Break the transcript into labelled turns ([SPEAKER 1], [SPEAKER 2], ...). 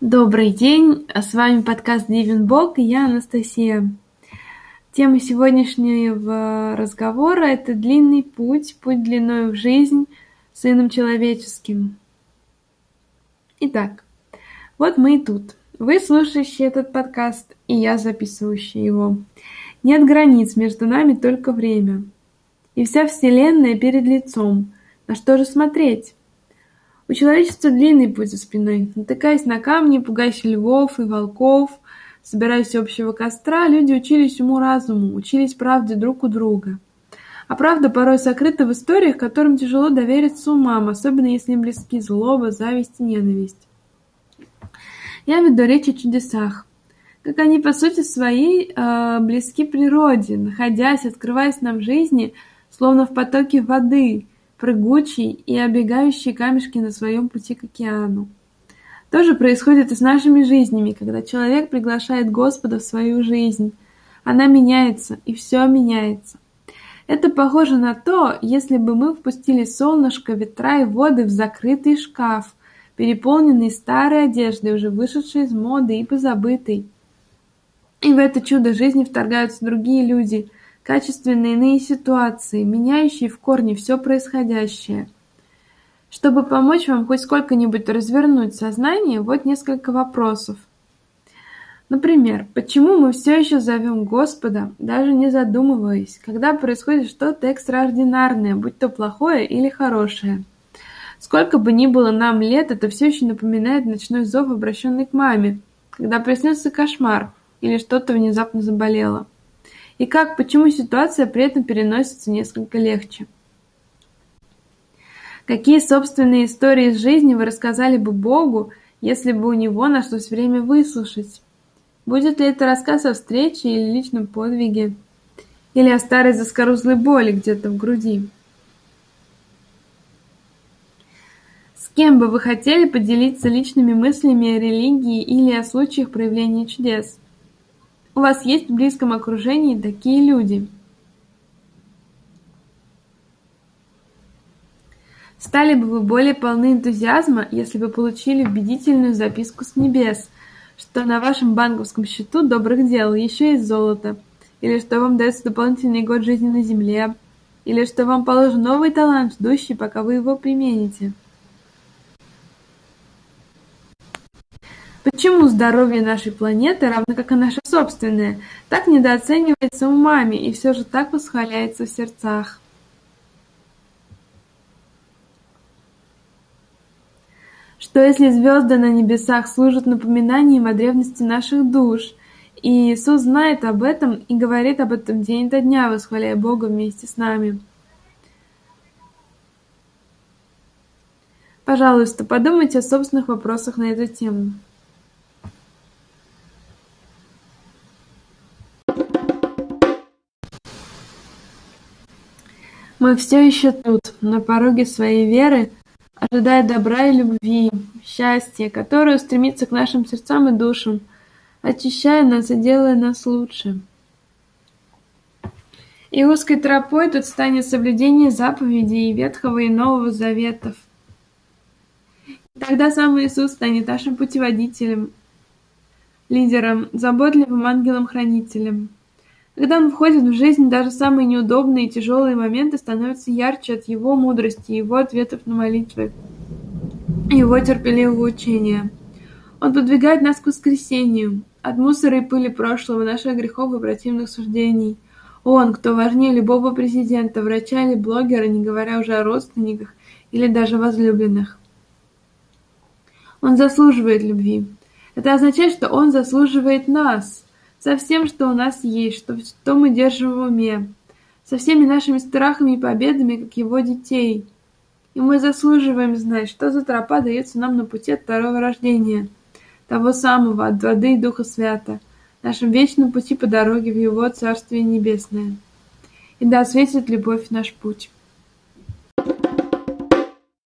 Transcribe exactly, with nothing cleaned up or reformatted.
[SPEAKER 1] Добрый день, с вами подкаст Дивин Бог, и я Анастасия. Тема сегодняшнего разговора – это длинный путь, путь длиною в жизнь Сыном Человеческим. Итак, вот мы и тут. Вы слушающие этот подкаст, и я записывающая его. Нет границ, между нами только время. И вся Вселенная перед лицом. На что же смотреть? У человечества длинный путь за спиной. Натыкаясь на камни, пугаясь львов и волков, собираясь у общего костра, люди учились уму-разуму, учились правде друг у друга. А правда порой сокрыта в историях, которым тяжело довериться умам, особенно если им близки злоба, зависть и ненависть. Я веду речь о чудесах. Как они по сути своей э, близки природе, находясь, открываясь нам в жизни, словно в потоке воды, прыгучий и обегающий камешки на своем пути к океану. То же происходит и с нашими жизнями, когда человек приглашает Господа в свою жизнь. Она меняется, и все меняется. Это похоже на то, если бы мы впустили солнышко, ветра и воды в закрытый шкаф, переполненный старой одеждой, уже вышедшей из моды и позабытой. И в это чудо жизни вторгаются другие люди, качественные иные ситуации, меняющие в корне все происходящее. Чтобы помочь вам хоть сколько-нибудь развернуть сознание, вот несколько вопросов. Например, почему мы все еще зовем Господа, даже не задумываясь, когда происходит что-то экстраординарное, будь то плохое или хорошее? Сколько бы ни было нам лет, это все еще напоминает ночной зов, обращенный к маме, когда приснился кошмар или что-то внезапно заболело. И как, почему ситуация при этом переносится несколько легче? Какие собственные истории из жизни вы рассказали бы Богу, если бы у Него нашлось время выслушать? Будет ли это рассказ о встрече или личном подвиге? Или о старой заскорузлой боли где-то в груди? С кем бы вы хотели поделиться личными мыслями о религии или о случаях проявления чудес? У вас есть в близком окружении такие люди. Стали бы вы более полны энтузиазма, если бы получили убедительную записку с небес, что на вашем банковском счету добрых дел еще есть золото, или что вам дается дополнительный год жизни на земле, или что вам положен новый талант, ждущий, пока вы его примените. Почему здоровье нашей планеты, равно как и наше собственное, так недооценивается умами и все же так восхваляется в сердцах? Что если звезды на небесах служат напоминанием о древности наших душ, и Иисус знает об этом и говорит об этом день ото дня, восхваляя Бога вместе с нами? Пожалуйста, подумайте о собственных вопросах на эту тему. Мы все еще тут, на пороге своей веры, ожидая добра и любви, счастья, которое стремится к нашим сердцам и душам, очищая нас и делая нас лучше. И узкой тропой тут станет соблюдение заповедей Ветхого и Нового Заветов. И тогда сам Иисус станет нашим путеводителем, лидером, заботливым ангелом-хранителем. Когда Он входит в жизнь, даже самые неудобные и тяжелые моменты становятся ярче от Его мудрости, Его ответов на молитвы, Его терпеливого учения. Он подвигает нас к воскресению, от мусора и пыли прошлого, наших грехов и противных суждений. Он, кто важнее любого президента, врача или блогера, не говоря уже о родственниках или даже возлюбленных. Он заслуживает любви. Это означает, что Он заслуживает нас, со всем, что у нас есть, что, что мы держим в уме, со всеми нашими страхами и победами, как Его детей. И мы заслуживаем знать, что за тропа дается нам на пути от второго рождения, того самого, от воды и Духа Свята, нашем вечном пути по дороге в Его Царствие Небесное. И да осветит любовь наш путь.